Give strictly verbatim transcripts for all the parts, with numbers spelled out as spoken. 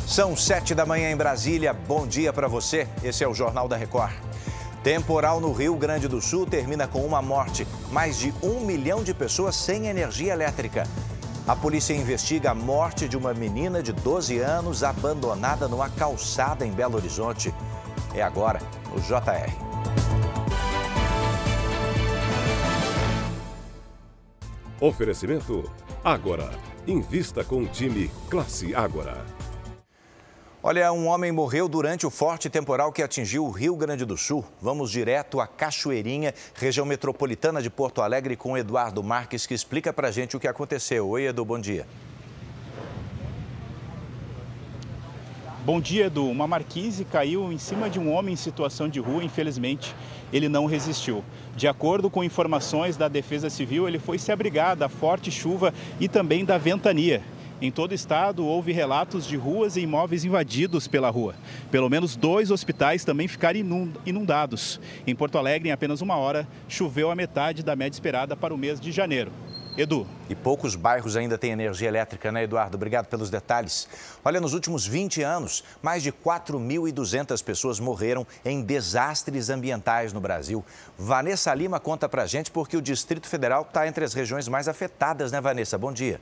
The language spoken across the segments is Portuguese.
São sete da manhã em Brasília. Bom dia para você. Esse é o Jornal da Record. Temporal no Rio Grande do Sul termina com uma morte. Mais de um milhão de pessoas sem energia elétrica. A polícia investiga a morte de uma menina de doze anos abandonada numa calçada em Belo Horizonte. É agora no J R. Oferecimento Ágora. Invista com o time Classe Ágora. Olha, um homem morreu durante o forte temporal que atingiu o Rio Grande do Sul. Vamos direto à Cachoeirinha, região metropolitana de Porto Alegre, com o Eduardo Marques, que explica pra gente o que aconteceu. Oi, Edu, bom dia. Bom dia, Edu. Uma marquise caiu em cima de um homem em situação de rua. Infelizmente, ele não resistiu. De acordo com informações da Defesa Civil, ele foi se abrigar da forte chuva e também da ventania. Em todo o estado, houve relatos de ruas e imóveis invadidos pela rua. Pelo menos dois hospitais também ficaram inundados. Em Porto Alegre, em apenas uma hora, choveu a metade da média esperada para o mês de janeiro. Edu. E poucos bairros ainda têm energia elétrica, né, Eduardo? Obrigado pelos detalhes. Olha, nos últimos vinte anos, mais de quatro mil e duzentas pessoas morreram em desastres ambientais no Brasil. Vanessa Lima conta pra gente porque o Distrito Federal está entre as regiões mais afetadas, né, Vanessa? Bom dia.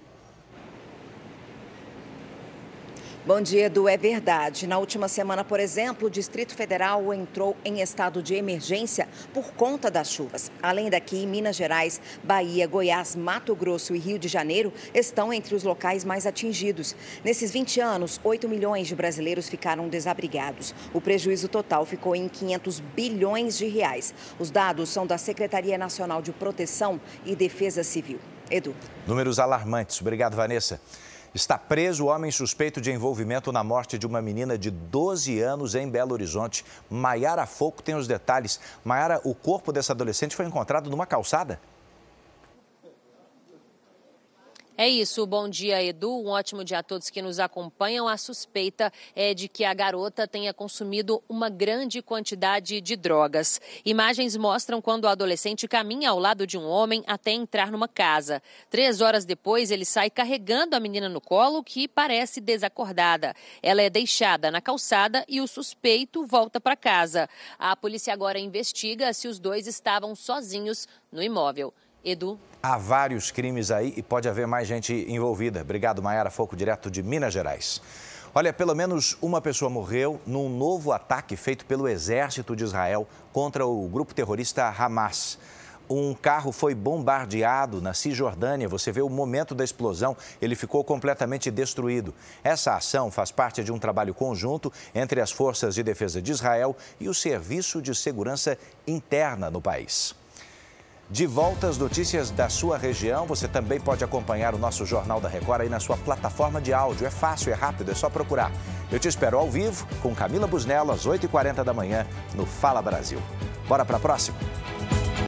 Bom dia, Edu. É verdade. Na última semana, por exemplo, o Distrito Federal entrou em estado de emergência por conta das chuvas. Além daqui, Minas Gerais, Bahia, Goiás, Mato Grosso e Rio de Janeiro estão entre os locais mais atingidos. Nesses vinte anos, oito milhões de brasileiros ficaram desabrigados. O prejuízo total ficou em quinhentos bilhões de reais. Os dados são da Secretaria Nacional de Proteção e Defesa Civil. Edu. Números alarmantes. Obrigado, Vanessa. Está preso o homem suspeito de envolvimento na morte de uma menina de doze anos em Belo Horizonte. Maiara Foco tem os detalhes. Maiara, o corpo dessa adolescente foi encontrado numa calçada? É isso, bom dia, Edu, um ótimo dia a todos que nos acompanham. A suspeita é de que a garota tenha consumido uma grande quantidade de drogas. Imagens mostram quando o adolescente caminha ao lado de um homem até entrar numa casa. Três horas depois, ele sai carregando a menina no colo, que parece desacordada. Ela é deixada na calçada e o suspeito volta para casa. A polícia agora investiga se os dois estavam sozinhos no imóvel. Edu. Há vários crimes aí e pode haver mais gente envolvida. Obrigado, Maiara Foco, direto de Minas Gerais. Olha, pelo menos uma pessoa morreu num novo ataque feito pelo exército de Israel contra o grupo terrorista Hamas. Um carro foi bombardeado na Cisjordânia. Você vê o momento da explosão, ele ficou completamente destruído. Essa ação faz parte de um trabalho conjunto entre as forças de defesa de Israel e o Serviço de Segurança Interna no país. De volta às notícias da sua região, você também pode acompanhar o nosso Jornal da Record aí na sua plataforma de áudio. É fácil, é rápido, é só procurar. Eu te espero ao vivo com Camila Busnello às oito e quarenta da manhã no Fala Brasil. Bora para a próxima?